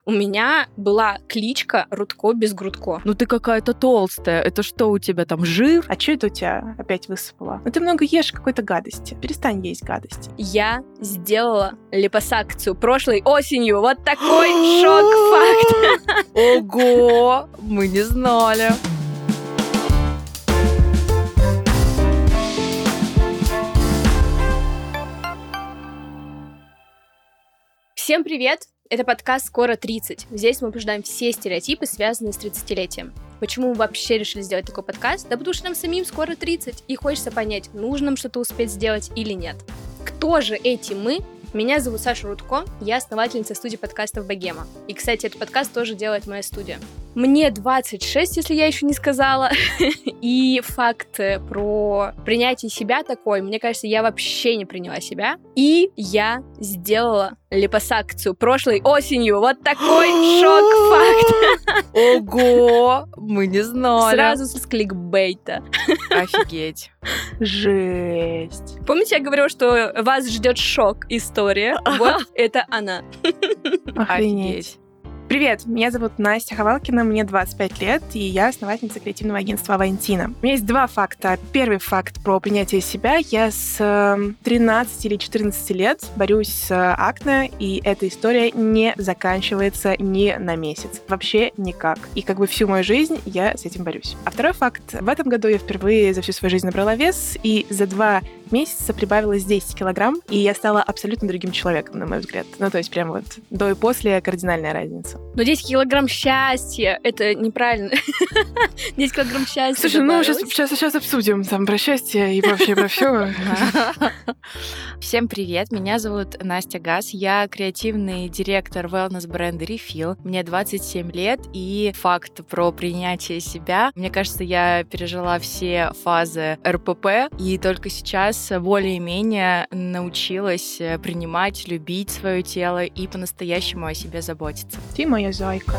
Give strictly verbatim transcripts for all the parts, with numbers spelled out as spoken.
У меня была кличка Рудко без Грудко. Ну ты какая-то толстая. Это что у тебя там, жир? А что это у тебя опять высыпало? Ну ты много ешь какой-то гадости. Перестань есть гадости. Я сделала липосакцию прошлой осенью. Вот такой шок-факт. Ого! Мы не знали. Всем привет! Это подкаст «Скоро тридцать». Здесь мы обсуждаем все стереотипы, связанные с тридцатилетием. Почему мы вообще решили сделать такой подкаст? Да потому что нам самим скоро тридцать, и хочется понять, нужно нам что-то успеть сделать или нет. Кто же эти мы? Меня зовут Саша Рудко, я основательница студии подкастов «Богема». И, кстати, этот подкаст тоже делает моя студия. Мне двадцать шесть, если я еще не сказала. И факт про принятие себя такой, мне кажется, я вообще не приняла себя. И я сделала липосакцию прошлой осенью. Вот такой шок-факт. Ого! Мы не знали. Сразу с кликбейта. Офигеть. Жесть. Помните, я говорила, что вас ждет шок-история? Вот это она. Охренеть. Привет, меня зовут Настя Ховалкина, мне двадцать пять лет, и я основательница креативного агентства «Авантина». У меня есть два факта. Первый факт про принятие себя. Я с тринадцати или четырнадцати лет борюсь с акне, и эта история не заканчивается ни на месяц. Вообще никак. И как бы всю мою жизнь я с этим борюсь. А второй факт. В этом году я впервые за всю свою жизнь набрала вес, и за два месяца прибавилось десять килограмм, и я стала абсолютно другим человеком, на мой взгляд. Ну, то есть прям вот до и после кардинальная разница. Но десять килограмм счастья, это неправильно. десять килограмм счастья. Слушай, ну сейчас, сейчас, сейчас обсудим там про счастье и вообще про все. Всем привет, меня зовут Настя Гас, я креативный директор wellness-бренда Refill. Мне двадцать семь лет, и факт про принятие себя. Мне кажется, я пережила все фазы эр пэ пэ, и только сейчас более-менее научилась принимать, любить свое тело и по-настоящему о себе заботиться. Ты моя зайка.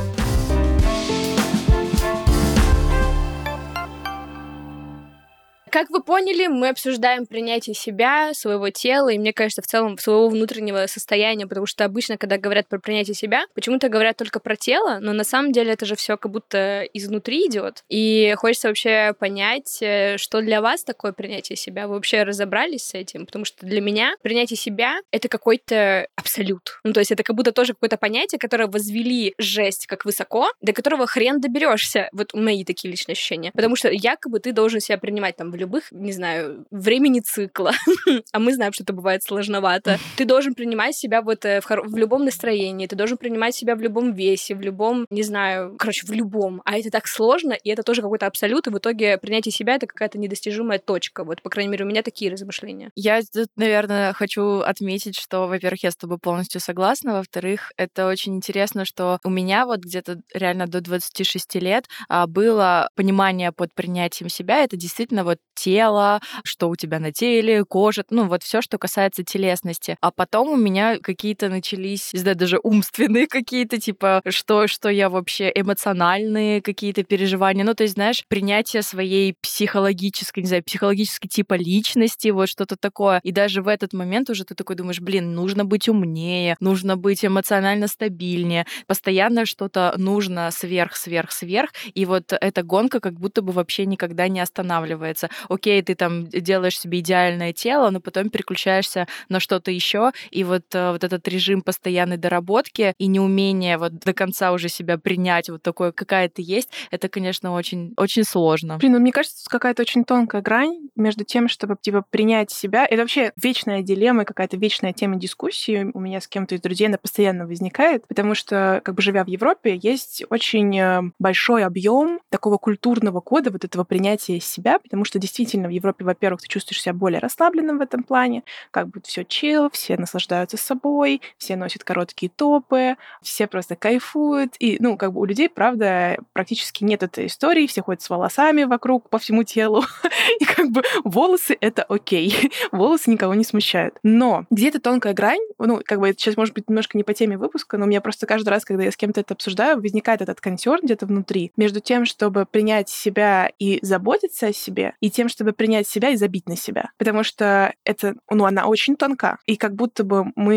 Как вы поняли, мы обсуждаем принятие себя, своего тела, и, мне кажется, в целом своего внутреннего состояния, потому что обычно, когда говорят про принятие себя, почему-то говорят только про тело, но на самом деле это же все как будто изнутри идет. И хочется вообще понять, что для вас такое принятие себя. Вы вообще разобрались с этим? Потому что для меня принятие себя — это какой-то абсолют. Ну, то есть это как будто тоже какое-то понятие, которое возвели жесть как высоко, до которого хрен доберешься. Вот мои такие личные ощущения. Потому что якобы ты должен себя принимать там в любых, не знаю, времени цикла, а мы знаем, что это бывает сложновато. Ты должен принимать себя вот в, хор- в любом настроении, ты должен принимать себя в любом весе, в любом, не знаю, короче, в любом. А это так сложно, и это тоже какой-то абсолют, и в итоге принятие себя — это какая-то недостижимая точка. Вот, по крайней мере, у меня такие размышления. Я тут, наверное, хочу отметить, что, во-первых, я с тобой полностью согласна, во-вторых, это очень интересно, что у меня вот где-то реально до двадцати шести лет было понимание под принятием себя, это действительно вот тело, что у тебя на теле, кожа, ну вот все, что касается телесности. А потом у меня какие-то начались, не знаю, даже умственные какие-то, типа, что, что я вообще, эмоциональные какие-то переживания. Ну, то есть, знаешь, принятие своей психологической, не знаю, психологической типа личности, вот что-то такое. И даже в этот момент уже ты такой думаешь, блин, нужно быть умнее, нужно быть эмоционально стабильнее, постоянно что-то нужно сверх, сверх, сверх. И вот эта гонка как будто бы вообще никогда не останавливается. Окей, ты там делаешь себе идеальное тело, но потом переключаешься на что-то еще, и вот, вот этот режим постоянной доработки и неумение вот до конца уже себя принять вот такое, какая ты есть, это, конечно, очень, очень сложно. Блин, ну мне кажется, тут какая-то очень тонкая грань между тем, чтобы типа принять себя. Это вообще вечная дилемма, какая-то вечная тема дискуссии у меня с кем-то из друзей, она постоянно возникает, потому что, как бы живя в Европе, есть очень большой объем такого культурного кода вот этого принятия себя, потому что действительно в Европе, во-первых, ты чувствуешь себя более расслабленным в этом плане, как бы все чил, все наслаждаются собой, все носят короткие топы, все просто кайфуют, и, ну, как бы у людей, правда, практически нет этой истории, все ходят с волосами вокруг по всему телу, и как бы волосы — это окей, волосы никого не смущают. Но где-то тонкая грань, ну, как бы это сейчас, может быть, немножко не по теме выпуска, но у меня просто каждый раз, когда я с кем-то это обсуждаю, возникает этот консерн где-то внутри между тем, чтобы принять себя и заботиться о себе, и тем, чтобы принять себя и забить на себя. Потому что это, ну, она очень тонка. И как будто бы мы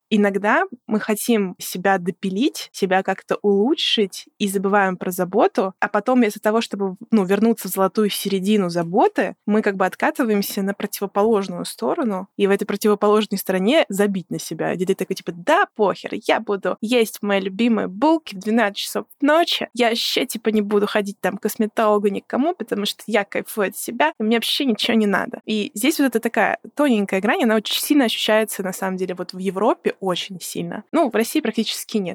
иногда мы хотим себя допилить, себя как-то улучшить и забываем про заботу, а потом из-за того, чтобы ну, вернуться в золотую середину заботы, мы как бы откатываемся на противоположную сторону, и в этой противоположной стороне забить на себя. Где ты такой, типа, да, похер, я буду есть мои любимые булки в двенадцать часов ночи, я вообще, типа, не буду ходить там к косметологу никому, потому что я кайфую от себя, и мне вообще ничего не надо. И здесь вот эта такая тоненькая грань, она очень сильно ощущается, на самом деле, вот в Европе очень сильно. Ну, в России практически нет.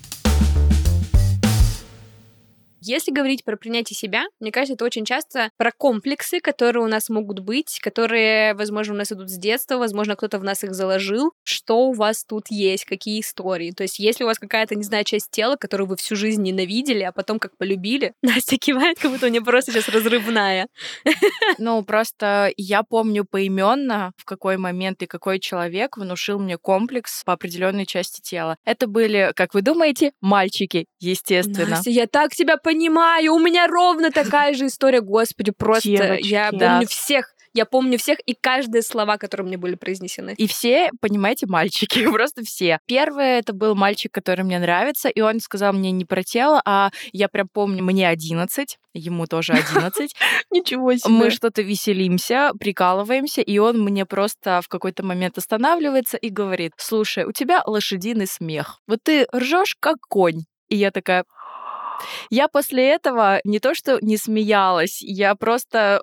Если говорить про принятие себя, мне кажется, это очень часто про комплексы, которые у нас могут быть, которые, возможно, у нас идут с детства, возможно, кто-то в нас их заложил. Что у вас тут есть, какие истории? То есть если у вас какая-то, не знаю, часть тела, которую вы всю жизнь ненавидели, а потом как полюбили, Настя кивает, как будто у нее просто сейчас разрывная. Ну, просто я помню поименно, в какой момент и какой человек внушил мне комплекс по определенной части тела. Это были, как вы думаете, мальчики, естественно. Настя, я так тебя понимаю, у меня ровно такая же история, господи, просто Девочки. я помню Да. всех. Я помню всех и каждые слова, которые мне были произнесены. И все, понимаете, мальчики, просто все. Первый это был мальчик, который мне нравится, и он сказал мне не про тело, а я прям помню, мне одиннадцать, ему тоже одиннадцать. Ничего себе. Мы что-то веселимся, прикалываемся, и он мне просто в какой-то момент останавливается и говорит: слушай, у тебя лошадиный смех. Вот ты ржешь как конь. И я такая... Я после этого не то что не смеялась, я просто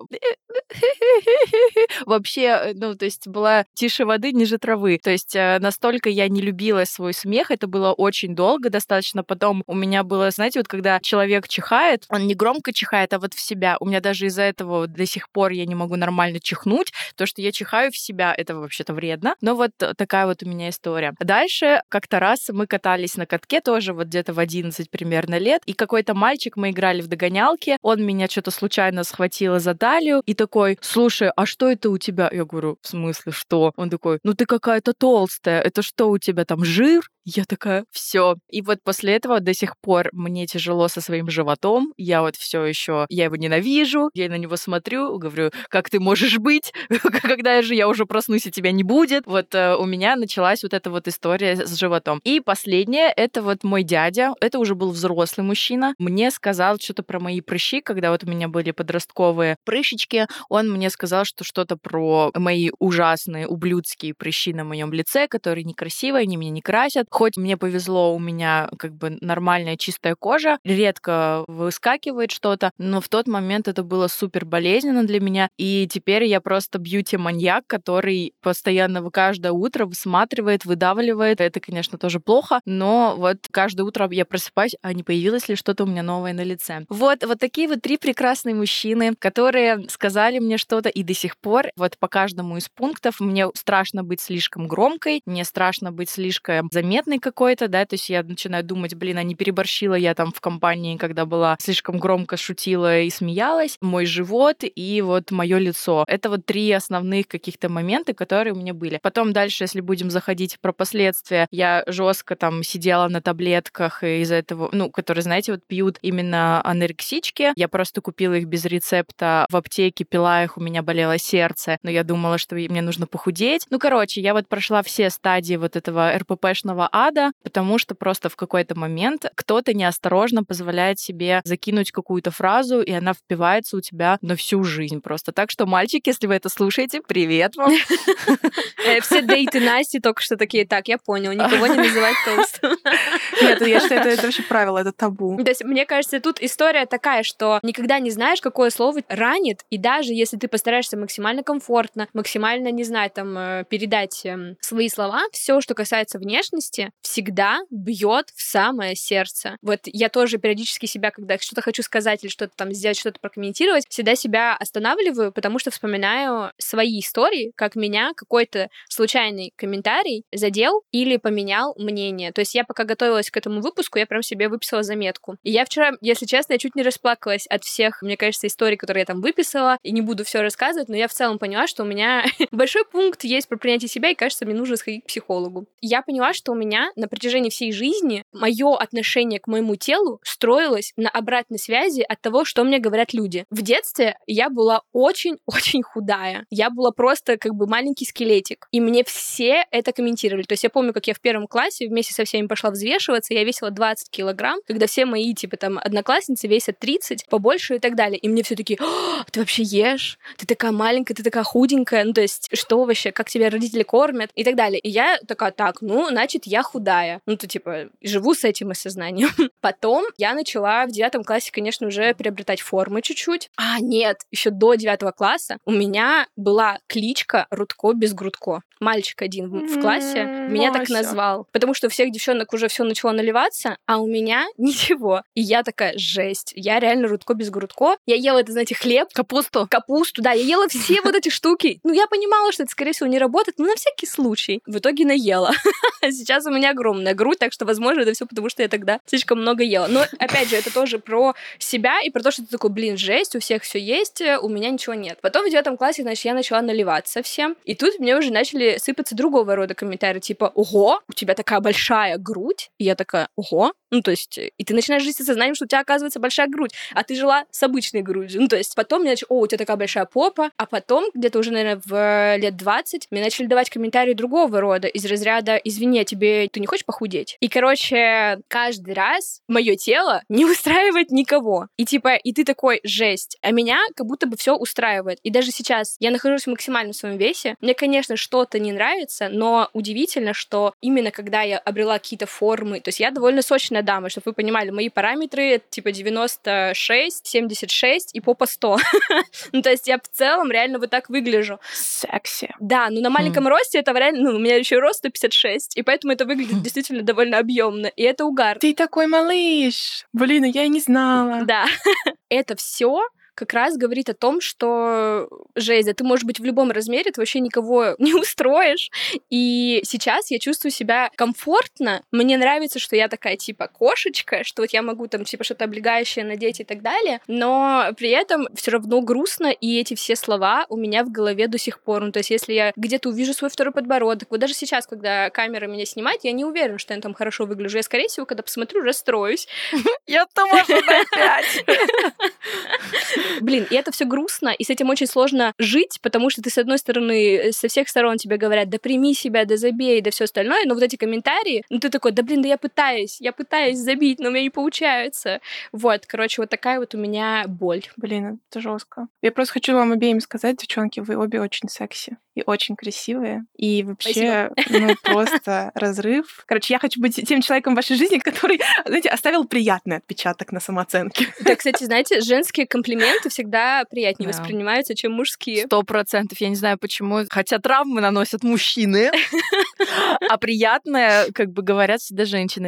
вообще, ну, то есть была тише воды, ниже травы. То есть настолько я не любила свой смех, это было очень долго достаточно. Потом у меня было, знаете, вот когда человек чихает, он не громко чихает, а вот в себя. У меня даже из-за этого до сих пор я не могу нормально чихнуть, то, что я чихаю в себя, это вообще-то вредно. Но вот такая вот у меня история. Дальше как-то раз мы катались на катке тоже вот где-то в одиннадцать примерно лет, и какой-то мальчик, мы играли в догонялки, он меня что-то случайно схватил за талию и такой: слушай, а что это у тебя? Я говорю: в смысле, что? Он такой: ну ты какая-то толстая, это что у тебя там, жир? Я такая: все. И вот после этого до сих пор мне тяжело со своим животом, я вот все еще, я его ненавижу, я на него смотрю, говорю: как ты можешь быть? Когда же я уже проснусь, и тебя не будет? Вот э, у меня началась вот эта вот история с животом. И последнее, это вот мой дядя, это уже был взрослый мужчина, мне сказал что-то про мои прыщи, когда вот у меня были подростковые прыщички, он мне сказал, что что-то про мои ужасные ублюдские прыщи на моем лице, которые некрасивые, они меня не красят. Хоть мне повезло, у меня как бы нормальная чистая кожа, редко выскакивает что-то, но в тот момент это было супер болезненно для меня, и теперь я просто бьюти-маньяк, который постоянно каждое утро высматривает, выдавливает. Это, конечно, тоже плохо, но вот каждое утро я просыпаюсь, а не появилось ли что-то у меня новое на лице. Вот, вот такие вот три прекрасные мужчины, которые сказали мне что-то, и до сих пор вот по каждому из пунктов мне страшно быть слишком громкой, мне страшно быть слишком заметной какой-то, да, то есть я начинаю думать: блин, а не переборщила я там в компании, когда была слишком громко шутила и смеялась, мой живот и вот мое лицо. Это вот три основных каких-то момента, которые у меня были. Потом дальше, если будем заходить про последствия, я жестко там сидела на таблетках из-за этого, ну, которые, знаете, вот пьют именно анорексички. Я просто купила их без рецепта в аптеке, пила их, у меня болело сердце, но я думала, что мне нужно похудеть. Ну, короче, я вот прошла все стадии вот этого эр пэ пэшного ада, потому что просто в какой-то момент кто-то неосторожно позволяет себе закинуть какую-то фразу, и она впивается у тебя на всю жизнь просто. Так что, мальчики, если вы это слушаете, привет вам. Все дейты Насти только что такие: так, я понял, никого не называть толстым. Нет, я считаю, это, это вообще правило, это табу. То есть, мне кажется, тут история такая, что никогда не знаешь, какое слово ранит, и даже если ты постараешься максимально комфортно, максимально, не знаю, там, передать свои слова, все, что касается внешности, всегда бьет в самое сердце. Вот я тоже периодически себя, когда что-то хочу сказать или что-то там сделать, что-то прокомментировать, всегда себя останавливаю, потому что вспоминаю свои истории, как меня какой-то случайный комментарий задел или поменял мнение. То есть я пока готовилась к этому выпуску, я прям себе выписала заметку. И я вчера, если честно, я чуть не расплакалась от всех, мне кажется, историй, которые я там выписала, и не буду все рассказывать, но я в целом поняла, что у меня большой пункт есть про принятие себя, и кажется, мне нужно сходить к психологу. Я поняла, что у меня меня на протяжении всей жизни мое отношение к моему телу строилось на обратной связи от того, что мне говорят люди. В детстве я была очень-очень худая. Я была просто как бы маленький скелетик. И мне все это комментировали. То есть я помню, как я в первом классе вместе со всеми пошла взвешиваться, я весила двадцать килограмм, когда все мои, типа, там, одноклассницы весят тридцать, побольше и так далее. И мне все такие: ты вообще ешь? Ты такая маленькая, ты такая худенькая. Ну, то есть, что вообще? Как тебя родители кормят? И так далее. И я такая: так, ну, значит, я худая. Ну, то, типа, живу с этим осознанием. Потом я начала в девятом классе, конечно, уже приобретать формы чуть-чуть. А, нет, еще до девятого класса у меня была кличка Рудко без грудко. Мальчик один в классе меня так назвал. Потому что у всех девчонок уже все начало наливаться, а у меня ничего. И я такая: жесть. Я реально Рудко без грудко. Я ела это, знаете, хлеб. Капусту. Капусту, да. Я ела все вот эти штуки. Ну, я понимала, что это, скорее всего, не работает, но на всякий случай. В итоге наела. Сейчас у меня огромная грудь, так что, возможно, это все потому, что я тогда слишком много ела. Но, опять же, это тоже про себя и про то, что ты такой: блин, жесть, у всех все есть, у меня ничего нет. Потом в девятом классе, значит, я начала наливаться всем. И тут мне уже начали сыпаться другого рода комментарии, типа: ого, у тебя такая большая грудь. И я такая: ого. Ну, то есть, и ты начинаешь жить с сознанием, что у тебя, оказывается, большая грудь, а ты жила с обычной грудью. Ну, то есть, потом мне начали: о, у тебя такая большая попа, а потом, где-то уже, наверное, в лет двадцать, мне начали давать комментарии другого рода, из разряда: извини, а тебе ты не хочешь похудеть? И, короче, каждый раз мое тело не устраивает никого. И, типа, и ты такой: жесть. А меня как будто бы все устраивает. И даже сейчас я нахожусь максимально в своем весе. Мне, конечно, что-то не нравится, но удивительно, что именно когда я обрела какие-то формы, то есть я довольно сочная дама, чтобы вы понимали, мои параметры это типа девяносто шесть, семьдесят шесть и попа сто. Ну, то есть я в целом реально вот так выгляжу. Секси. Да, но на маленьком росте это реально, ну, у меня еще рост сто пятьдесят шесть, и поэтому это выглядит действительно довольно объемно, и это угар. Ты такой малыш! Блин, я и не знала. Да. Это все как раз говорит о том, что, жесть, да ты можешь быть в любом размере, ты вообще никого не устроишь. И сейчас я чувствую себя комфортно. Мне нравится, что я такая, типа, кошечка, что вот я могу там, типа, что-то облегающее надеть и так далее, но при этом все равно грустно, и эти все слова у меня в голове до сих пор. Ну, то есть если я где-то увижу свой второй подбородок, вот даже сейчас, когда камера меня снимает, я не уверена, что я там хорошо выгляжу. Я, скорее всего, когда посмотрю, расстроюсь. Я тоже опять. Блин, и это все грустно, и с этим очень сложно жить, потому что ты, с одной стороны, со всех сторон тебе говорят: да прими себя, да забей, да все остальное, но вот эти комментарии, ну ты такой: да блин, да я пытаюсь, я пытаюсь забить, но у меня не получается. Вот, короче, вот такая вот у меня боль. Блин, это жестко. Я просто хочу вам обеим сказать, девчонки, вы обе очень секси и очень красивые, и вообще, Спасибо. ну, просто разрыв. Короче, я хочу быть тем человеком в вашей жизни, который, знаете, оставил приятный отпечаток на самооценке. Да, кстати, знаете, женские комплименты всегда приятнее Да. воспринимаются, чем мужские. Сто процентов. Я не знаю, почему. Хотя травмы наносят мужчины, а приятное, как бы, говорят всегда женщины.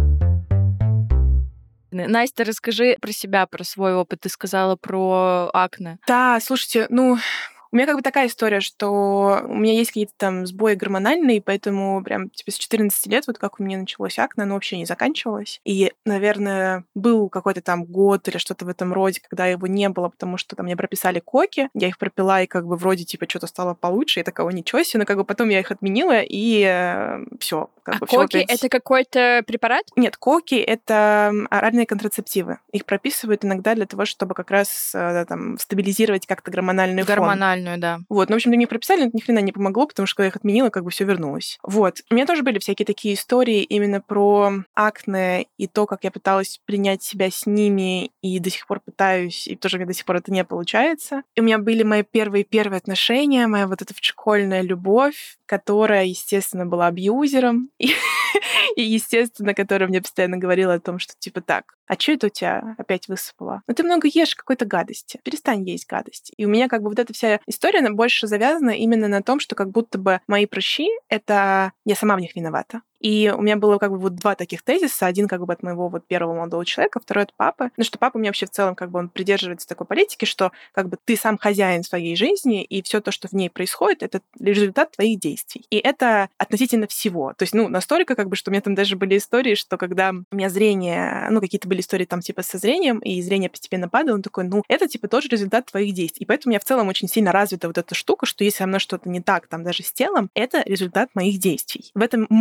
Настя, расскажи про себя, про свой опыт. Ты сказала про акне. Да, слушайте, ну... У меня как бы такая история, что у меня есть какие-то там сбои гормональные, поэтому прям типа с четырнадцати лет, вот как у меня началось акне, оно вообще не заканчивалось. И, наверное, был какой-то там год или что-то в этом роде, когда его не было, потому что там мне прописали коки, я их пропила, и как бы вроде типа что-то стало получше, и такого ничего себе, но как бы потом я их отменила, и э, все. Как а бы, коки опять... — это какой-то препарат? Нет, коки — это оральные контрацептивы. Их прописывают иногда для того, чтобы как раз э, там стабилизировать как-то гормональный фон. Гормональную, да. Вот, ну, в общем, мне прописали, но это ни хрена не помогло, потому что когда я их отменила, как бы все вернулось. Вот. У меня тоже были всякие такие истории именно про акне и то, как я пыталась принять себя с ними, и до сих пор пытаюсь, и тоже мне до сих пор это не получается. И у меня были мои первые-первые отношения, моя вот эта школьная любовь, которая, естественно, была абьюзером, и, и, естественно, которая мне постоянно говорила о том, что типа так, а что это у тебя опять высыпало? Ну ты много ешь какой-то гадости, перестань есть гадость. И у меня как бы вот эта вся история, она больше завязана именно на том, что как будто бы мои прыщи — это я сама в них виновата. И у меня было как бы вот два таких тезиса. Один как бы от моего вот первого молодого человека, второй от папы. Ну, что папа у меня вообще в целом как бы он придерживается такой политики, что как бы ты сам хозяин своей жизни, и все то, что в ней происходит, это результат твоих действий. И это относительно всего. То есть, ну, настолько как бы, что у меня там даже были истории, что когда у меня зрение, ну, какие-то были истории там типа со зрением, и зрение постепенно падало, он такой, ну, это типа тоже результат твоих действий. И поэтому у меня в целом очень сильно развита вот эта штука, что если со мной что-то не так, там даже с телом, это результат моих действий. В этом много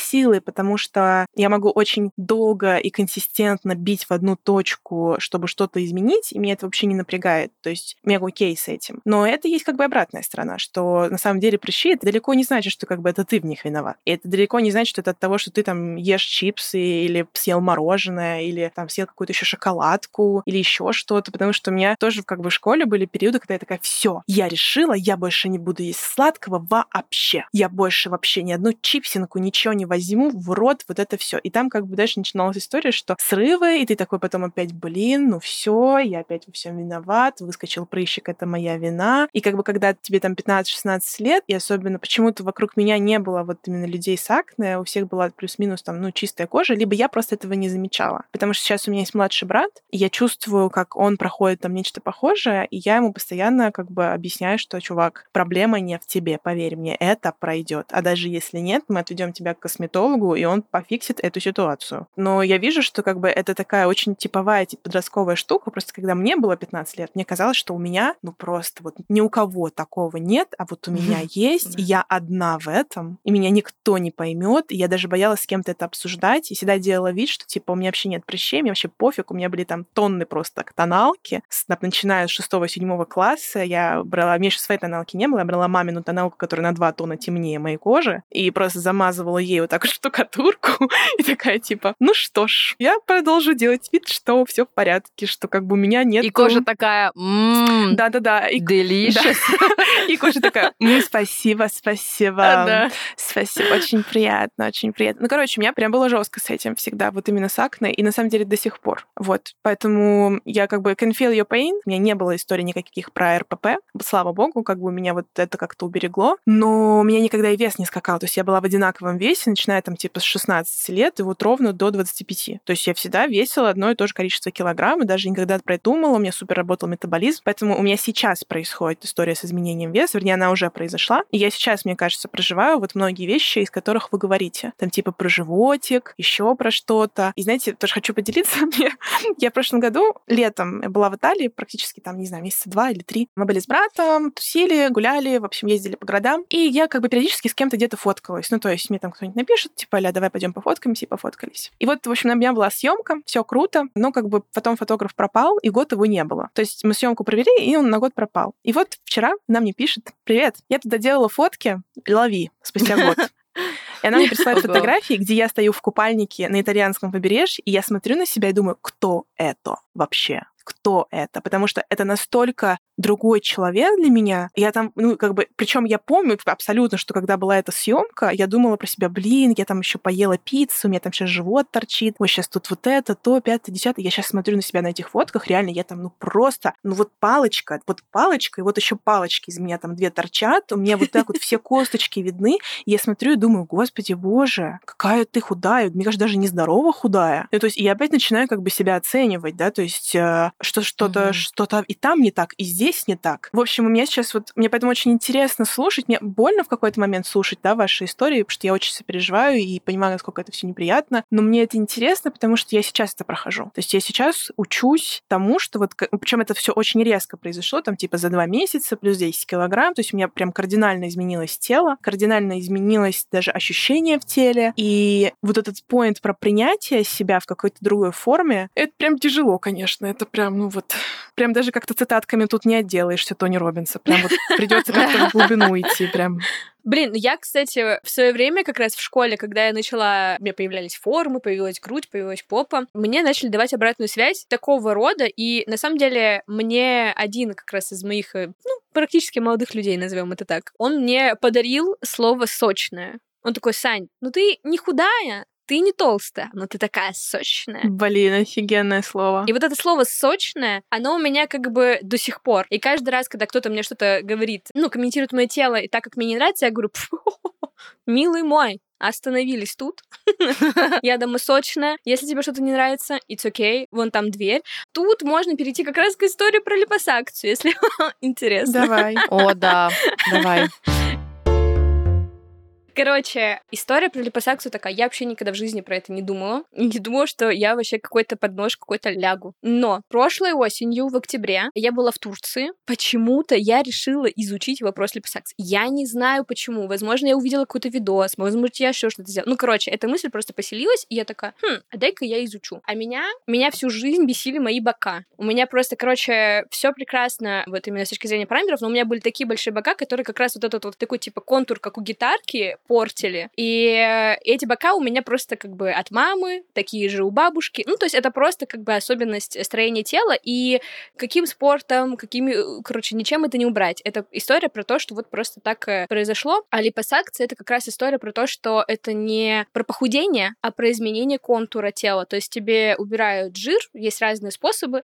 силой, потому что я могу очень долго и консистентно бить в одну точку, чтобы что-то изменить, и меня это вообще не напрягает. То есть я окей с этим. Но это есть как бы обратная сторона, что на самом деле прыщи — это далеко не значит, что как бы это ты в них виноват. И это далеко не значит, что это от того, что ты там ешь чипсы или съел мороженое, или там съел какую-то еще шоколадку, или еще что-то, потому что у меня тоже как бы в школе были периоды, когда я такая: все, я решила, я больше не буду есть сладкого вообще. Я больше вообще ни одну чипсинку, ничего не возьму в рот, вот это все. И там как бы дальше начиналась история, что срывы, и ты такой потом опять: блин, ну все, я опять во всем виноват, выскочил прыщик, это моя вина. И как бы когда тебе там пятнадцать-шестнадцать лет, и особенно почему-то вокруг меня не было вот именно людей с акне, у всех была плюс-минус там, ну, чистая кожа, либо я просто этого не замечала. Потому что сейчас у меня есть младший брат, и я чувствую, как он проходит там нечто похожее, и я ему постоянно как бы объясняю, что, чувак, проблема не в тебе, поверь мне, это пройдет. А даже если нет, мы отведем тебя к косметологу, и он пофиксит эту ситуацию. Но я вижу, что как бы это такая очень типовая, типа, подростковая штука. Просто когда мне было пятнадцать лет, мне казалось, что у меня, ну, просто вот ни у кого такого нет, а вот у меня есть, и я одна в этом, и меня никто не поймет, и я даже боялась с кем-то это обсуждать, и всегда делала вид, что, типа, у меня вообще нет прыщей, мне вообще пофиг, у меня были там тонны просто тоналки, начиная с шестого-седьмого класса, я брала, у меня еще своей тоналки не было, я брала мамину тоналку, которая на два тона темнее моей кожи, и просто замазывала ей вот так вот штукатурку, и такая, типа, ну что ж, я продолжу делать вид, что все в порядке, что как бы у меня нет... И кожа такая: ммм, да-да-да, delicious. И кожа такая: спасибо, спасибо, спасибо, очень приятно, очень приятно. Ну, короче, у меня прям было жестко с этим всегда, вот именно с акне, и на самом деле до сих пор. Вот, поэтому я как бы can feel your pain. У меня не было историй никаких про эр пэ пэ, слава богу, как бы меня вот это как-то уберегло, но у меня никогда и вес не скакал, то есть я была в одинаковом весе, начиная там типа с шестнадцати лет и вот ровно до двадцати пяти. То есть я всегда весила одно и то же количество килограмм, и даже никогда про это думала, у меня супер работал метаболизм, поэтому у меня сейчас происходит история с изменением веса, вернее, она уже произошла, и я сейчас, мне кажется, проживаю вот многие вещи, из которых вы говорите, там типа про животик, еще про что-то. И знаете, тоже хочу поделиться, я в прошлом году летом была в Италии, практически там, не знаю, месяца два или три. Мы были с братом, тусили, гуляли, в общем, ездили по городам, и я как бы периодически с кем-то где-то фоткалась. Ну, то есть мне там кто-нибудь напишет, типа: ля, давай пойдем пофоткаемся, и пофоткались. И вот, в общем, у меня была съемка, все круто, но как бы потом фотограф пропал, и год его не было. То есть мы съемку провели, и он на год пропал. И вот вчера она мне пишет: привет, я туда делала фотки, лови, спустя год. И она мне присылает фотографии, где я стою в купальнике на итальянском побережье, и я смотрю на себя и думаю: кто это вообще? Кто это? Потому что это настолько другой человек для меня. Я там, ну, как бы, причем я помню абсолютно, что когда была эта съемка, я думала про себя: блин, я там еще поела пиццу, у меня там сейчас живот торчит, ой, сейчас тут вот это, то, пятое, десятое. Я сейчас смотрю на себя на этих фотках, реально, я там, ну, просто, ну, вот палочка, вот палочка, и вот еще палочки из меня там две торчат, у меня вот так вот все косточки видны, и я смотрю и думаю: господи, боже, какая ты худая, мне кажется, даже нездорово худая. Ну, то есть, и я опять начинаю как бы себя оценивать, да, то есть, что что-то, mm-hmm. что-то и там не так, и здесь не так. В общем, у меня сейчас вот, мне поэтому очень интересно слушать, мне больно в какой-то момент слушать, да, ваши истории, потому что я очень сопереживаю и понимаю, насколько это все неприятно, но мне это интересно, потому что я сейчас это прохожу. То есть я сейчас учусь тому, что вот, причем это все очень резко произошло, там типа за два месяца, плюс десять килограмм, то есть у меня прям кардинально изменилось тело, кардинально изменилось даже ощущение в теле, и вот этот поинт про принятие себя в какой-то другой форме, это прям тяжело, конечно, это прям ну вот, прям даже как-то цитатками тут не отделаешься Тони Роббинса. Прям вот придется как-то в глубину идти, прям. Блин, я, кстати, в свое время как раз в школе, когда я начала, у меня появлялись формы, появилась грудь, появилась попа, мне начали давать обратную связь такого рода, и на самом деле мне один как раз из моих, ну, практически молодых людей, назовем это так, он мне подарил слово «сочное». Он такой: Сань, ну ты не худая, ты не толстая, но ты такая сочная. Блин, офигенное слово. И вот это слово «сочное», оно у меня как бы до сих пор. И каждый раз, когда кто-то мне что-то говорит, ну, комментирует мое тело, и так как мне не нравится, я говорю: милый мой, остановились тут. Я дома сочная. Если тебе что-то не нравится, it's okay. Вон там дверь. Тут можно перейти как раз к истории про липосакцию, если интересно. Давай. О, да, давай. Короче, история про липосакцию такая. Я вообще никогда в жизни про это не думала. Не думала, что я вообще какой-то поднож, какой-то лягу. Но прошлой осенью, в октябре, я была в Турции. Почему-то я решила изучить вопрос липосакции. Я не знаю почему. Возможно, я увидела какой-то видос, возможно, я еще что-то сделала. Ну, короче, эта мысль просто поселилась, и я такая, хм, а дай-ка я изучу. А меня, меня всю жизнь бесили мои бока. У меня просто, короче, все прекрасно, вот именно с точки зрения параметров, но у меня были такие большие бока, которые как раз вот этот вот такой типа контур, как у гитарки, портили. И эти бока у меня просто как бы от мамы, такие же у бабушки. Ну, то есть это просто как бы особенность строения тела, и каким спортом, какими, короче, ничем это не убрать. Это история про то, что вот просто так произошло. А липосакция — это как раз история про то, что это не про похудение, а про изменение контура тела. То есть тебе убирают жир, есть разные способы,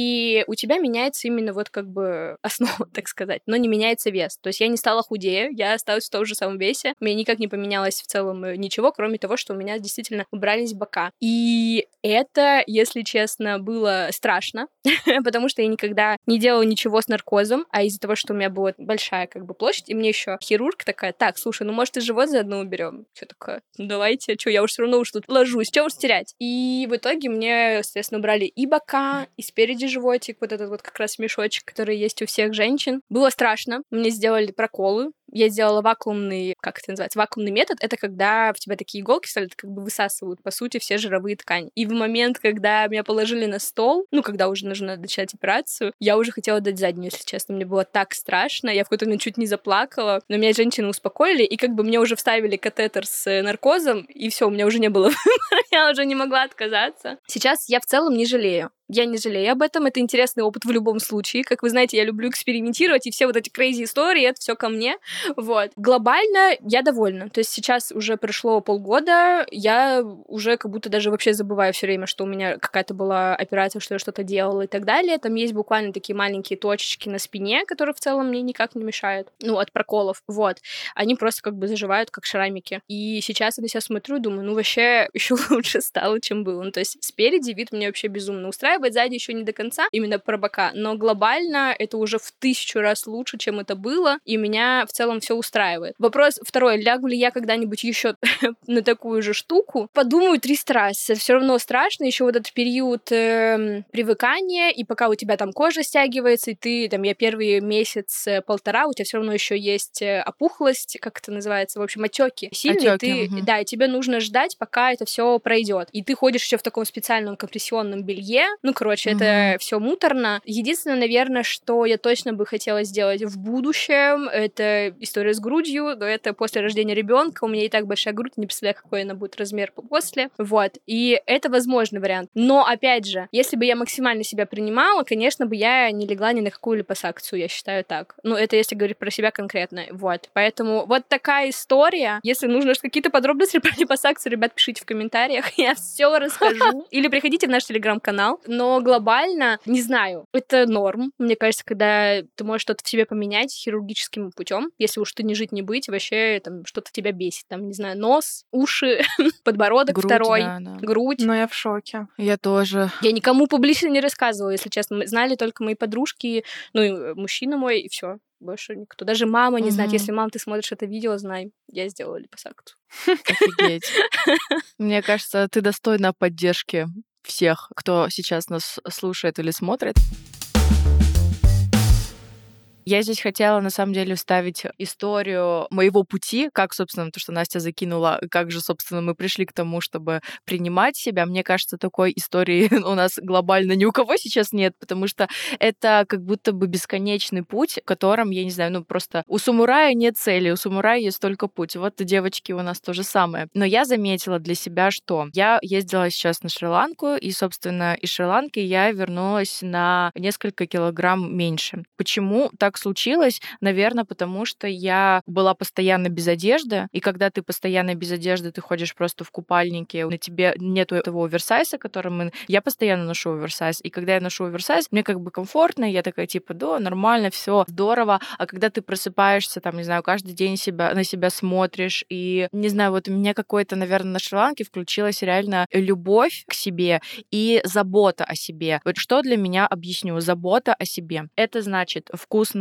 и у тебя меняется именно вот как бы основа, так сказать, но не меняется вес. То есть я не стала худее, я осталась в том же самом весе, у меня никак не поменялось в целом ничего, кроме того, что у меня действительно убрались бока. И это, если честно, было страшно, потому что я никогда не делала ничего с наркозом, а из-за того, что у меня была большая как бы площадь, и мне еще хирург такая, так, слушай, ну может и живот заодно уберем? Что такое? Ну давайте, что, я уж все равно уж тут ложусь, что уж терять? И в итоге мне, соответственно, убрали и бока, и спереди животик, вот этот вот как раз мешочек, который есть у всех женщин. Было страшно, мне сделали проколы, я сделала вакуумный, как это называется, вакуумный метод. Это когда в тебя такие иголки ставят, как бы высасывают, по сути, все жировые ткани. И в момент, когда меня положили на стол, ну, когда уже нужно начать операцию, я уже хотела дать заднюю, если честно. Мне было так страшно, я в какой-то момент чуть не заплакала, но меня женщины успокоили, и как бы мне уже вставили катетер с наркозом, и все, у меня уже не было выбора, я уже не могла отказаться. Сейчас я в целом не жалею. Я не жалею об этом, это интересный опыт в любом случае. Как вы знаете, я люблю экспериментировать, и все вот эти crazy истории, это все ко мне. Вот. Глобально я довольна. То есть сейчас уже прошло полгода, я уже как будто даже вообще забываю все время, что у меня какая-то была операция, что я что-то делала и так далее. Там есть буквально такие маленькие точечки на спине, которые в целом мне никак не мешают. Ну, от проколов. Вот. Они просто как бы заживают, как шрамики. И сейчас я на себя смотрю и думаю, ну, вообще еще лучше стало, чем было. Ну, то есть спереди вид меня вообще безумно устраивает, сзади еще не до конца, именно про бока, но глобально это уже в тысячу раз лучше, чем это было, и меня в целом все устраивает. Вопрос второй, лягу ли я когда-нибудь еще на такую же штуку? Подумаю триста раз. Все равно страшно, еще вот этот период э, привыкания, и пока у тебя там кожа стягивается, и ты, там, я первый месяц-полтора, у тебя все равно еще есть опухлость, как это называется, в общем, отеки сильные, ты, угу. Да, и тебе нужно ждать, пока это все пройдет. И ты ходишь еще в таком специальном компрессионном белье, ну, короче, mm-hmm. это все муторно. Единственное, наверное, что я точно бы хотела сделать в будущем, это история с грудью, но это после рождения ребенка. У меня и так большая грудь, не представляю, какой она будет размер после. Вот. И это возможный вариант. Но, опять же, если бы я максимально себя принимала, конечно бы я не легла ни на какую липосакцию, я считаю так. Ну, это если говорить про себя конкретно. Вот. Поэтому вот такая история. Если нужно какие-то подробности про липосакцию, ребят, пишите в комментариях, я все расскажу. Или приходите в наш телеграм-канал. Но глобально, не знаю, это норм. Мне кажется, когда ты можешь что-то в себе поменять хирургическим путем, если уж ты не жить, не быть, вообще там что-то тебя бесит. Там, не знаю, нос, уши, подбородок грудь, второй, да, да. грудь. Но я в шоке. Я тоже. Я никому публично не рассказывала, если честно. Знали только мои подружки, ну и мужчина мой, и все. Больше никто. Даже мама не угу. знает. Если, мам, ты смотришь это видео, знай, я сделала липосакцию. Офигеть. Мне кажется, ты достойна поддержки всех, кто сейчас нас слушает или смотрит. Я здесь хотела, на самом деле, вставить историю моего пути, как, собственно, то, что Настя закинула, как же, собственно, мы пришли к тому, чтобы принимать себя. Мне кажется, такой истории у нас глобально ни у кого сейчас нет, потому что это как будто бы бесконечный путь, в котором, я не знаю, ну просто у самурая нет цели, у самурая есть только путь. Вот, девочки, у нас то же самое. Но я заметила для себя, что я ездила сейчас на Шри-Ланку, и, собственно, из Шри-Ланки я вернулась на несколько килограмм меньше. Почему так случилось? Наверное, потому что я была постоянно без одежды, и когда ты постоянно без одежды, ты ходишь просто в купальнике, на тебе нету этого оверсайза, который мы... Я постоянно ношу оверсайз, и когда я ношу оверсайз, мне как бы комфортно, я такая типа, да, нормально, все здорово, а когда ты просыпаешься, там, не знаю, каждый день себя, на себя смотришь, и, не знаю, вот у меня какой-то, наверное, на Шри-Ланке включилась реально любовь к себе и забота о себе. Вот что для меня, объясню, забота о себе. Это значит вкусно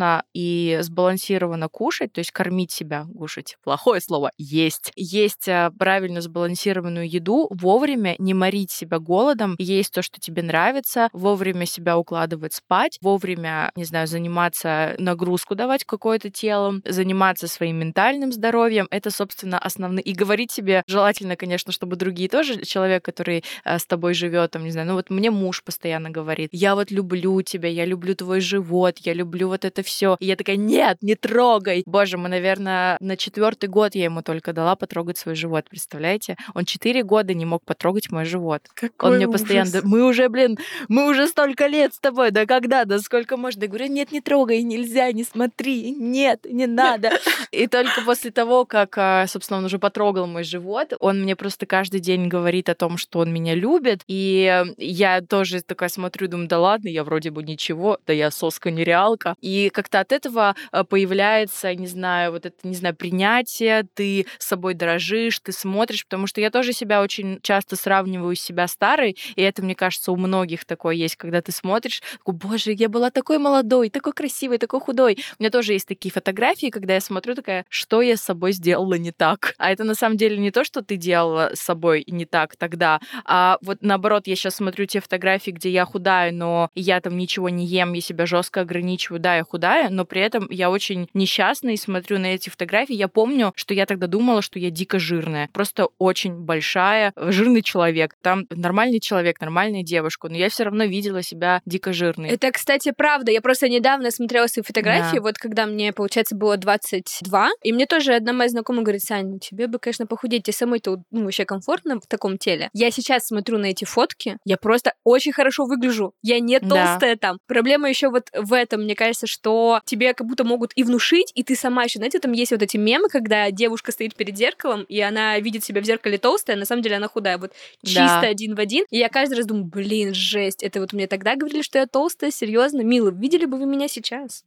осознанно и сбалансированно кушать, то есть кормить себя, кушать, плохое слово, есть. Есть правильно сбалансированную еду, вовремя не морить себя голодом, есть то, что тебе нравится, вовремя себя укладывать спать, вовремя, не знаю, заниматься, нагрузку давать какое-то телом, заниматься своим ментальным здоровьем. Это, собственно, основные. И говорить себе желательно, конечно, чтобы другие тоже, человек, который с тобой живет, там, не знаю, ну вот мне муж постоянно говорит, я вот люблю тебя, я люблю твой живот, я люблю вот это все. И я такая, нет, не трогай. Боже, мы, наверное, на четвертый год я ему только дала потрогать свой живот, представляете? Он четыре года не мог потрогать мой живот. Какой Он мне ужас. постоянно, мы уже, блин, мы уже столько лет с тобой, да когда, да сколько можно? Я говорю, нет, не трогай, нельзя, не смотри, нет, не надо. И только после того, как, собственно, он уже потрогал мой живот, он мне просто каждый день говорит о том, что он меня любит, и я тоже такая смотрю, думаю, да ладно, я вроде бы ничего, да я соска-нереалка. И как-то от этого появляется, не знаю, вот это, не знаю, принятие, ты с собой дорожишь, ты смотришь, потому что я тоже себя очень часто сравниваю с себя старой, и это, мне кажется, у многих такое есть, когда ты смотришь, такой, боже, я была такой молодой, такой красивой, такой худой. У меня тоже есть такие фотографии, когда я смотрю, такая, что я с собой сделала не так. А это на самом деле не то, что ты делала с собой не так тогда, а вот наоборот, я сейчас смотрю те фотографии, где я худая, но я там ничего не ем, я себя жестко ограничиваю, да, я худая, но при этом я очень несчастная и смотрю на эти фотографии. Я помню, что я тогда думала, что я дико жирная, просто очень большая, жирный человек. Там нормальный человек, нормальная девушка, но я все равно видела себя дико жирной. Это, кстати, правда. Я просто недавно смотрела свои фотографии, да. Вот когда мне, получается, было двадцать два, и мне тоже одна моя знакомая говорит, Сань, ну тебе бы, конечно, похудеть, тебе самой-то ну, вообще комфортно в таком теле. Я сейчас смотрю на эти фотки, я просто очень хорошо выгляжу. Я не толстая, да. Там. Проблема еще вот в этом, мне кажется, что тебе как будто могут и внушить, и ты сама еще, знаете, там есть вот эти мемы, когда девушка стоит перед зеркалом, и она видит себя в зеркале толстая, а на самом деле она худая. Вот чисто да. один в один. И я каждый раз думаю, блин, жесть, это вот мне тогда говорили, что я толстая, серьезно, мило, видели бы вы меня сейчас?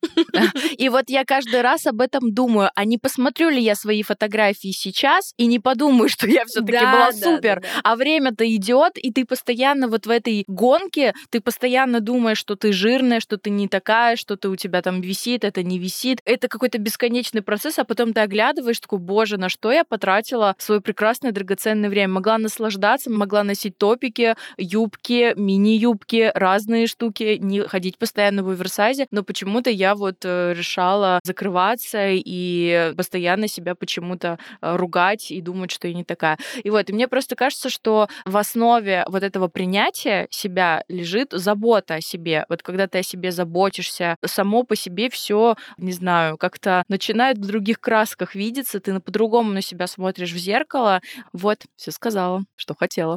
И вот я каждый раз об этом думаю, а не посмотрю ли я свои фотографии сейчас и не подумаю, что я все-таки да, была да, супер. Да, да. А время-то идет, и ты постоянно вот в этой гонке, ты постоянно думаешь, что ты жирная, что ты не такая, что ты у тебя там висит, это не висит. Это какой-то бесконечный процесс, а потом ты оглядываешь, такой, боже, на что я потратила свое прекрасное драгоценное время? Могла наслаждаться, могла носить топики, юбки, мини-юбки, разные штуки, не ходить постоянно в оверсайзе, но почему-то я вот решала закрываться и постоянно себя почему-то ругать и думать, что я не такая. И вот, и мне просто кажется, что в основе вот этого принятия себя лежит забота о себе. Вот когда ты о себе заботишься, само по себе все, не знаю, как-то начинает в других красках видеться, ты по-другому на себя смотришь в зеркало. Вот, все сказала, что хотела.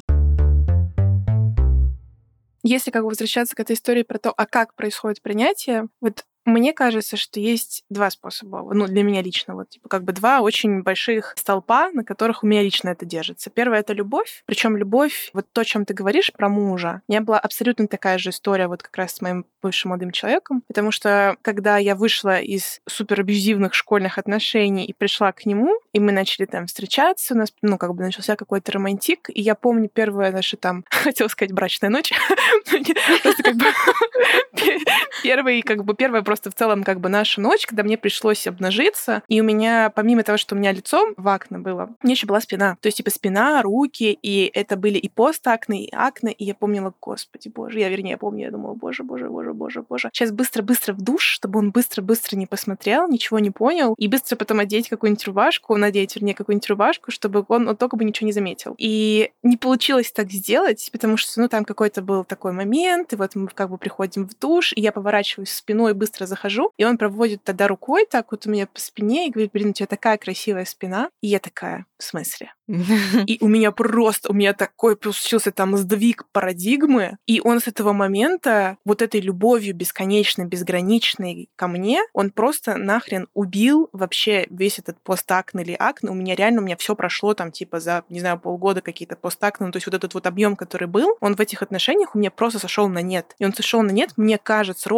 Если как бы возвращаться к этой истории про то, а как происходит принятие, вот мне кажется, что есть два способа, ну, для меня лично, вот, типа, как бы два очень больших столпа, на которых у меня лично это держится. Первое — это любовь, причем любовь, вот то, о чем ты говоришь про мужа. У меня была абсолютно такая же история вот как раз с моим бывшим молодым человеком, потому что, когда я вышла из суперабьюзивных школьных отношений и пришла к нему, и мы начали там встречаться, у нас, ну, как бы начался какой-то романтик, и я помню первая наша там, хотела сказать, брачная ночь, просто как бы первый, как бы первая просто в целом как бы наша ночь, когда мне пришлось обнажиться, и у меня, помимо того, что у меня лицо в акне было, у меня еще была спина. То есть, типа, спина, руки, и это были и постакне, и акне, и я помнила, господи, боже, я, вернее, я помню, я думала, боже, боже, боже, боже, боже. Сейчас быстро-быстро в душ, чтобы он быстро-быстро не посмотрел, ничего не понял, и быстро потом одеть какую-нибудь рубашку, надеть, вернее, какую-нибудь рубашку, чтобы он, он только бы ничего не заметил. И не получилось так сделать, потому что, ну, там какой-то был такой момент, и вот мы как бы приходим в душ, и я поворачиваюсь спиной, быстро захожу, и он проводит тогда рукой так вот у меня по спине и говорит, блин, у тебя такая красивая спина. И я такая, в смысле? И у меня просто, у меня такой случился там сдвиг парадигмы, и он с этого момента вот этой любовью бесконечной, безграничной ко мне, он просто нахрен убил вообще весь этот постакне или акне. У меня реально, у меня все прошло там типа за, не знаю, полгода какие-то постакне, ну, то есть вот этот вот объем, который был, он в этих отношениях у меня просто сошел на нет. И он сошел на нет, мне кажется, ровно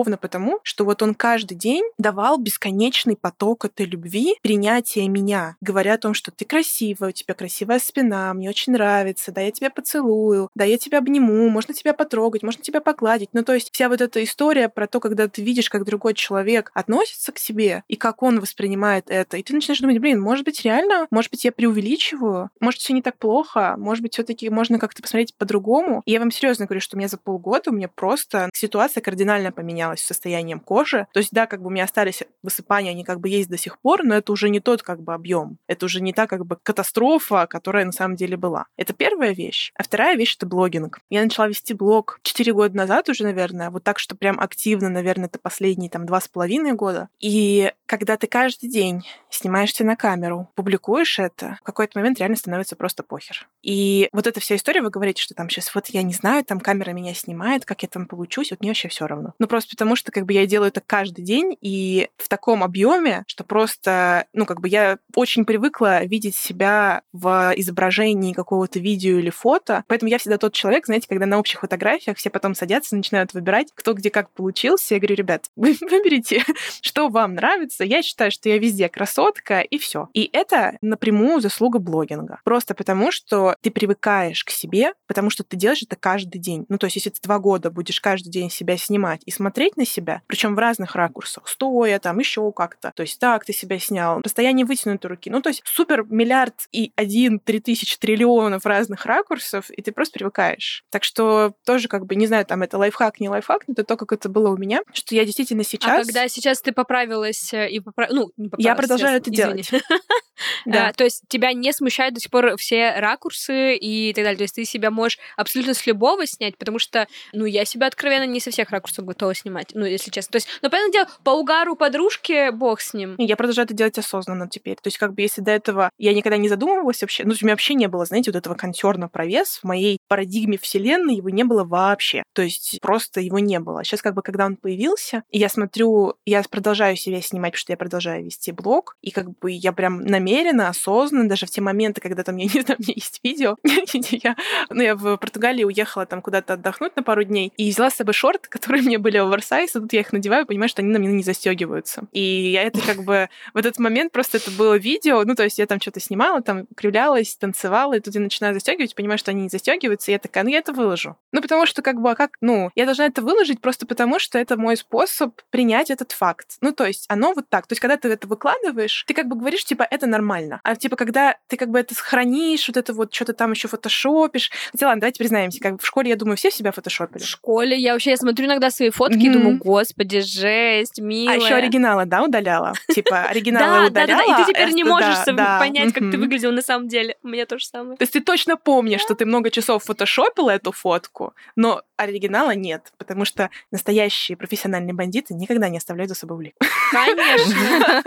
ровно потому, что вот он каждый день давал бесконечный поток этой любви, принятия меня, говоря о том, что ты красивая, у тебя красивая спина, мне очень нравится, да, я тебя поцелую, да, я тебя обниму, можно тебя потрогать, можно тебя погладить. Ну, то есть вся вот эта история про то, когда ты видишь, как другой человек относится к себе и как он воспринимает это, и ты начинаешь думать, блин, может быть, реально, может быть, я преувеличиваю, может, все не так плохо, может быть, все-таки можно как-то посмотреть по-другому. И я вам серьезно говорю, что у меня за полгода у меня просто ситуация кардинально поменялась с состоянием кожи. То есть, да, как бы у меня остались высыпания, они как бы есть до сих пор, но это уже не тот как бы объем. Это уже не та как бы катастрофа, которая на самом деле была. Это первая вещь. А вторая вещь — это блогинг. Я начала вести блог четыре года назад уже, наверное, вот так, что прям активно, наверное, это последние там два с половиной года. И когда ты каждый день снимаешься на камеру, публикуешь это, в какой-то момент реально становится просто похер. И вот эта вся история, вы говорите, что там сейчас вот я не знаю, там камера меня снимает, как я там получусь, вот мне вообще все равно. Ну просто потому, что как бы я делаю это каждый день и в таком объеме, что просто, ну как бы я очень привыкла видеть себя в изображении какого-то видео или фото, поэтому я всегда тот человек, знаете, когда на общих фотографиях все потом садятся и начинают выбирать, кто где как получился. Я говорю, ребят, вы выберите, что вам нравится. Я считаю, что я везде красотка, и все. И это напрямую заслуга блогинга. Просто потому, что ты привыкаешь к себе, потому что ты делаешь это каждый день. Ну, то есть, если ты два года будешь каждый день себя снимать и смотреть на себя, причем в разных ракурсах, стоя, там, еще как-то. То есть, так ты себя снял, расстояние вытянутой руки. Ну, то есть, супер миллиард и один, три тысячи триллионов разных ракурсов, и ты просто привыкаешь. Так что тоже, как бы, не знаю, там, это лайфхак, не лайфхак, но это то, как это было у меня, что я действительно сейчас... А когда сейчас ты поправилась и поправ... ну, не поправилась, я продолжаю сейчас, это извини. делать. Да. А, то есть тебя не смущают до сих пор все ракурсы и так далее. То есть ты себя можешь абсолютно с любого снять, потому что, ну, я себя откровенно не со всех ракурсов готова снимать, ну, если честно. То есть, ну, понятное дело, по угару подружки бог с ним. Я продолжаю это делать осознанно теперь. То есть, как бы, если до этого я никогда не задумывалась вообще, ну, у меня вообще не было, знаете, вот этого консерна про вес в моей парадигме вселенной, его не было вообще. То есть, просто его не было. Сейчас, как бы, когда он появился, и я смотрю, я продолжаю себя снимать, потому что я продолжаю вести блог, и, как бы, я прям намеренно, осознанно, даже в те моменты, когда там, я не знаю, у меня есть видео, где я, ну, я в Португалии уехала там куда-то отдохнуть на пару дней, и взяла с собой шорты, которые мне были оверсайз, и тут я их надеваю, понимаю, что они на мне не застегиваются. И я это как бы в этот момент просто это было видео, ну, то есть я там что-то снимала, там кривлялась, танцевала, и тут я начинаю застегивать, понимаю, что они не застегиваются, и я такая, ну, я это выложу. Ну, потому что как бы, а как, ну, я должна это выложить просто потому, что это мой способ принять этот факт. Ну, то есть оно вот так. То есть когда ты это выкладываешь, ты как бы говоришь, типа, это нормально. А типа, когда ты как бы это хранишь, вот это вот что-то там еще фотошопишь. Хотя ладно, давайте признаемся, как в школе, я думаю, все себя фотошопили. В школе я вообще я смотрю иногда свои фотки mm-hmm. и думаю, господи, жесть, милая. А еще оригиналы, да, удаляла? Типа, оригиналы удаляла. Да, да, да, и ты теперь не можешь понять, как ты выглядел на самом деле. У меня то же самое. То есть ты точно помнишь, что ты много часов фотошопила эту фотку, но оригинала нет, потому что настоящие профессиональные бандиты никогда не оставляют за собой улик. Конечно.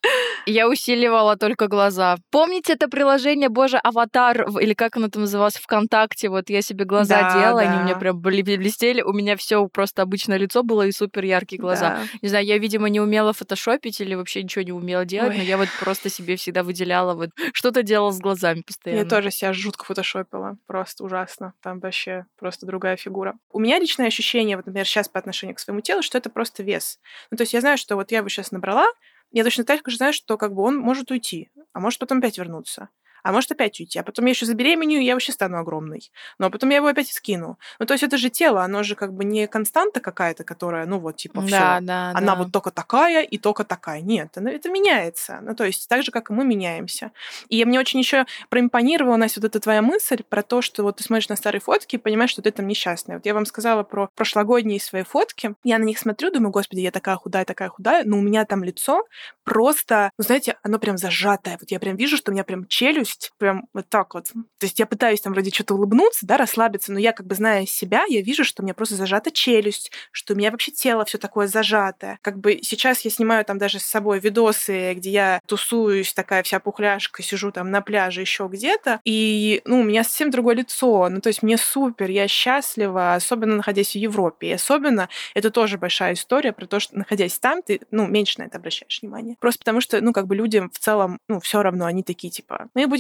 Я усиливала только глаза. Помните это приложение, боже, Аватар, или как оно там называлось, ВКонтакте? Вот я себе глаза да, делала, да. Они у меня прям блестели. У меня все просто обычное лицо было и супер яркие глаза. Да. Не знаю, я, видимо, не умела фотошопить или вообще ничего не умела делать, Ой. но я вот просто себе всегда выделяла, вот что-то делала с глазами постоянно. Я тоже себя жутко фотошопила. Просто ужасно. Там вообще просто другая фигура. У меня личное ощущение, вот, например, сейчас по отношению к своему телу, что это просто вес. Ну, то есть я знаю, что вот я его сейчас набрала, я точно так же знаю, что как бы он может уйти, а может потом опять вернуться. А может опять уйти, а потом я еще забеременею, и я вообще стану огромной. Но потом я его опять скину. Ну, то есть это же тело, оно же как бы не константа какая-то, которая, ну вот, типа, все. Да, да, она да. вот только такая и только такая. Нет, это, это меняется. Ну, то есть так же, как и мы меняемся. И мне очень еще проимпонировала, Настя, вот эта твоя мысль про то, что вот ты смотришь на старые фотки и понимаешь, что ты там несчастная. Вот я вам сказала про прошлогодние свои фотки. Я на них смотрю, думаю, господи, я такая худая, такая худая, но у меня там лицо просто, ну, знаете, оно прям зажатое. Вот я прям вижу, что у меня прям челюсть прям вот так вот. То есть я пытаюсь там вроде что-то улыбнуться, да, расслабиться, но я как бы, зная себя, я вижу, что у меня просто зажата челюсть, что у меня вообще тело все такое зажатое. Как бы сейчас я снимаю там даже с собой видосы, где я тусуюсь, такая вся пухляшка, сижу там на пляже, еще где-то, и, ну, у меня совсем другое лицо. Ну, то есть мне супер, я счастлива, особенно находясь в Европе. И особенно это тоже большая история про то, что, находясь там, ты, ну, меньше на это обращаешь внимание. Просто потому что, ну, как бы людям в целом, ну, все равно, они такие, типа, мы будем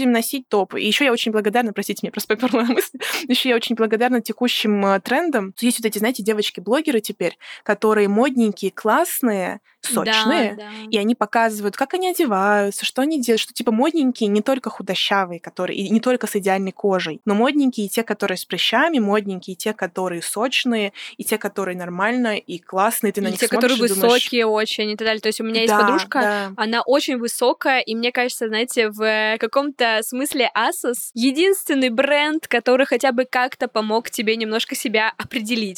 будем носить топы. И еще я очень благодарна, простите, мне просто поперла мысль, еще я очень благодарна текущим трендам. Есть вот эти, знаете, девочки-блогеры теперь, которые модненькие, классные, сочные, Да, да. и они показывают, как они одеваются, что они делают, что типа модненькие не только худощавые, которые, и не только с идеальной кожей, но модненькие и те, которые с прыщами, модненькие и те, которые сочные, и те, которые нормально и классные, ты на и них те, смотришь которые и думаешь... высокие очень и так далее. То есть у меня есть Да, подружка, да. она очень высокая, и мне кажется, знаете, в каком-то смысле Asos единственный бренд, который хотя бы как-то помог тебе немножко себя определить.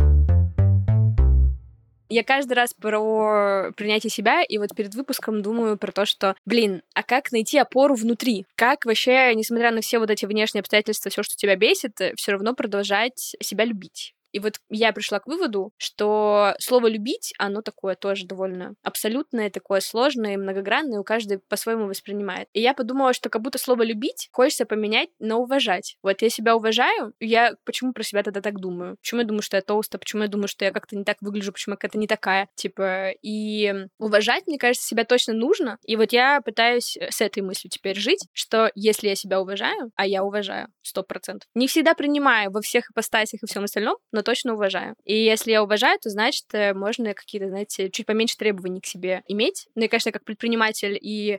Я каждый раз про принятие себя, и вот перед выпуском думаю про то, что, блин, а как найти опору внутри? Как вообще, несмотря на все вот эти внешние обстоятельства, все, что тебя бесит, все равно продолжать себя любить? И вот я пришла к выводу, что слово «любить», оно такое тоже довольно абсолютное, такое сложное и многогранное, у каждой по-своему воспринимает. И я подумала, что как будто слово «любить» хочется поменять на «уважать». Вот я себя уважаю, я почему про себя тогда так думаю? Почему я думаю, что я толстая? Почему я думаю, что я как-то не так выгляжу? Почему я какая-то не такая? Типа, и уважать, мне кажется, себя точно нужно. И вот я пытаюсь с этой мыслью теперь жить, что если я себя уважаю, а я уважаю сто процентов, не всегда принимаю во всех ипостасях и всем остальном, но точно уважаю. И если я уважаю, то значит, можно какие-то, знаете, чуть поменьше требований к себе иметь. Ну и, конечно, как предприниматель и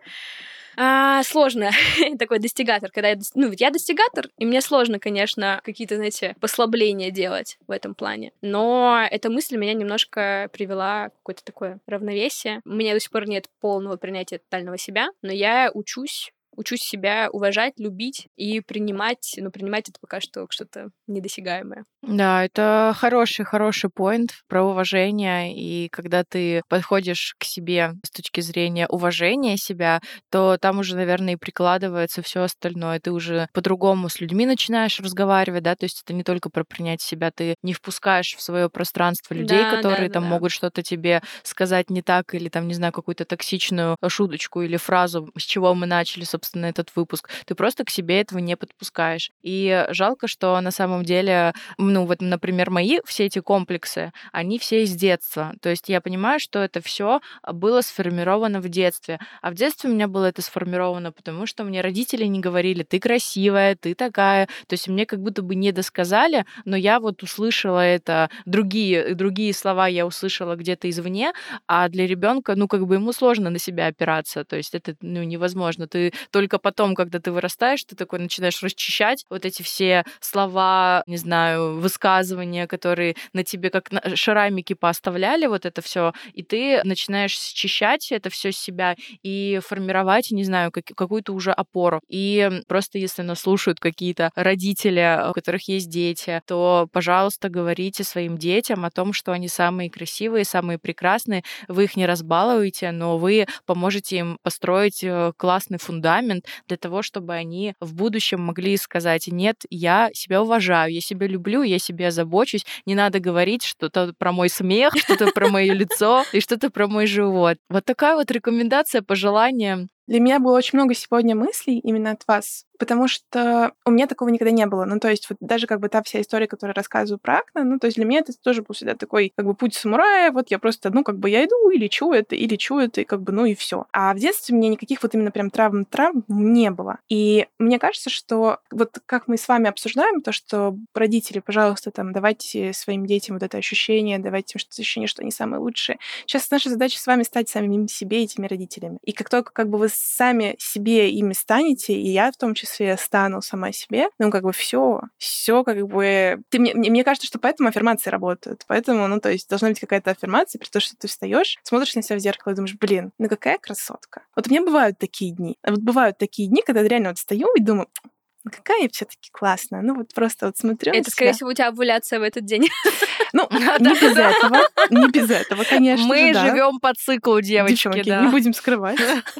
а, сложно такой достигатор, когда я, ну, я достигатор, и мне сложно, конечно, какие-то, знаете, послабления делать в этом плане. Но эта мысль меня немножко привела в какое-то такое равновесие. У меня до сих пор нет полного принятия тотального себя, но я учусь Учусь себя уважать, любить и принимать, но принимать это пока что что-то недосягаемое. Да, это хороший, хороший поинт про уважение, и когда ты подходишь к себе с точки зрения уважения себя, то там уже, наверное, и прикладывается все остальное. Ты уже по-другому с людьми начинаешь разговаривать, да, то есть это не только про принять себя, ты не впускаешь в свое пространство людей, Да, которые да, там да. могут что-то тебе сказать не так, или там, не знаю, какую-то токсичную шуточку или фразу, с чего мы начали, собственно, этот выпуск. Ты просто к себе этого не подпускаешь. И жалко, что на самом деле, ну вот, например, мои все эти комплексы, они все из детства. То есть я понимаю, что это все было сформировано в детстве. А в детстве у меня было это сформировано, потому что мне родители не говорили: ты красивая, ты такая. То есть мне как будто бы не досказали, но я вот услышала это, другие, другие слова я услышала где-то извне, а для ребенка, ну, как бы ему сложно на себя опираться. То есть это, ну, невозможно. Ты только потом, когда ты вырастаешь, ты такой начинаешь расчищать вот эти все слова, не знаю, высказывания, которые на тебе как на шарамики пооставляли, вот это все, и ты начинаешь счищать это все с себя и формировать, не знаю, как, какую-то уже опору. И просто если нас слушают какие-то родители, у которых есть дети, то, пожалуйста, говорите своим детям о том, что они самые красивые, самые прекрасные. Вы их не разбалуете, но вы поможете им построить классный фундамент для того, чтобы они в будущем могли сказать: нет, я себя уважаю, я себя люблю, я себя забочусь, не надо говорить что-то про мой смех, что-то про мое лицо и что-то про мой живот. Вот такая вот рекомендация, пожелание. Для меня было очень много сегодня мыслей именно от вас, потому что у меня такого никогда не было. Ну, то есть вот даже как бы та вся история, которую я рассказываю про акне, ну, то есть для меня это тоже был всегда такой как бы путь самурая, вот я просто, ну, как бы я иду и лечу это, и лечу это, и как бы, ну, и все. А в детстве у меня никаких вот именно прям травм-травм не было. И мне кажется, что вот как мы с вами обсуждаем то, что родители, пожалуйста, там, давайте своим детям вот это ощущение, давайте им что-то ощущение, что они самые лучшие. Сейчас наша задача с вами стать самими себе этими родителями. И как только как бы вы сами себе ими станете, и я в том числе стану сама себе, ну, как бы все, все как бы... Ты, мне, мне кажется, что поэтому аффирмации работают. Поэтому, ну, то есть должна быть какая-то аффирмация, при том, что ты встаешь, смотришь на себя в зеркало и думаешь: блин, ну какая красотка. Вот у меня бывают такие дни. Вот бывают такие дни, когда я реально вот стою и думаю: ну какая я все-таки классная. Ну вот просто вот смотрю на Это, себя. скорее всего, у тебя овуляция в этот день. Ну, не без этого, не без этого, конечно. Мы же, да. живем по циклу, девочки, Девчонки, да. не будем скрывать.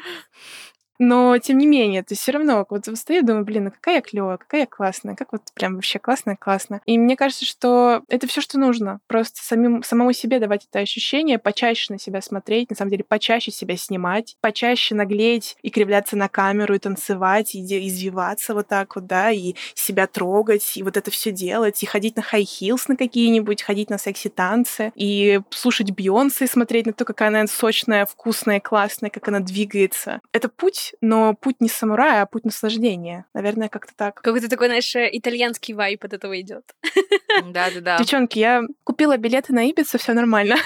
Но, тем не менее, ты все равно вот стою и думаю: блин, ну какая я клёвая, какая я классная, как вот прям вообще классная-классно. И мне кажется, что это все, что нужно. Просто самим, самому себе давать это ощущение, почаще на себя смотреть, на самом деле почаще себя снимать, почаще наглеть и кривляться на камеру, и танцевать, и извиваться вот так вот, да, и себя трогать, и вот это все делать, и ходить на хай-хилс на какие-нибудь, ходить на секси-танцы, и слушать Бейонсе, и смотреть на то, какая она сочная, вкусная, классная, как она двигается. Это путь путь, но путь не самурая, а путь наслаждения. Наверное, как-то так. Какой-то такой, знаешь, итальянский вайб от этого идет. Да-да-да. Девчонки, я купила билеты на Ибицу, все нормально.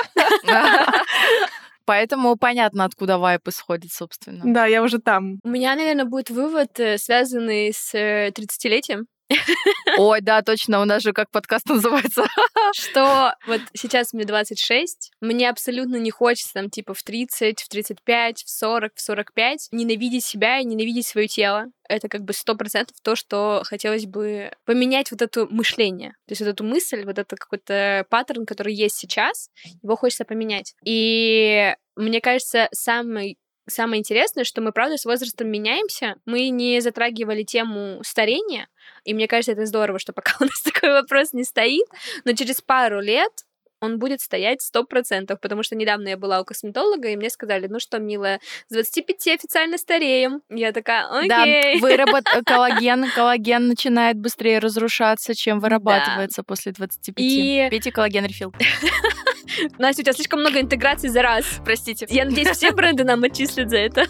Поэтому понятно, откуда вайп исходит, собственно. Да, я уже там. У меня, наверное, будет вывод, связанный с тридцатилетием. Ой, да, точно, у нас же как подкаст называется. Что вот сейчас мне двадцать шесть, мне абсолютно не хочется там типа в тридцать, в тридцать пять, в сорок, в сорок пять ненавидеть себя и ненавидеть свое тело. Это как бы сто процентов то, что хотелось бы поменять вот это мышление. То есть вот эту мысль, вот этот какой-то паттерн, который есть сейчас, его хочется поменять. И мне кажется, самый Самое интересное, что мы, правда, с возрастом меняемся. Мы не затрагивали тему старения, и мне кажется, это здорово, что пока у нас такой вопрос не стоит, но через пару лет он будет стоять сто процентов, потому что недавно я была у косметолога, и мне сказали, ну что, милая, с двадцати пяти официально стареем. Я такая, окей. Да, выработ... коллаген, коллаген начинает быстрее разрушаться, чем вырабатывается да. после двадцати пяти. И... Пейте коллаген рефил. Настя, у тебя слишком много интеграций за раз. Простите. Я надеюсь, все бренды нам отчислят за это.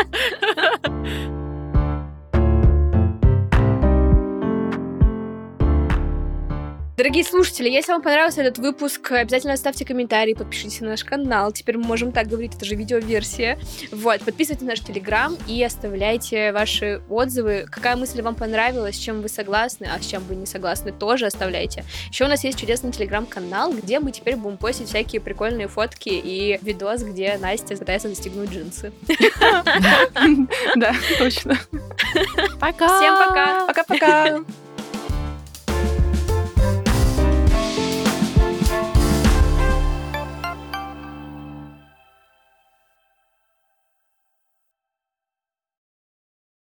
Дорогие слушатели, если вам понравился этот выпуск, обязательно оставьте комментарий, подпишитесь на наш канал. Теперь мы можем так говорить, это же видеоверсия. Вот, подписывайтесь на наш Телеграм и оставляйте ваши отзывы. Какая мысль вам понравилась, с чем вы согласны, а с чем вы не согласны, тоже оставляйте. Еще у нас есть чудесный Телеграм-канал, где мы теперь будем постить всякие прикольные фотки и видос, где Настя пытается застегнуть джинсы. Да, точно. Пока! Всем пока! Пока-пока!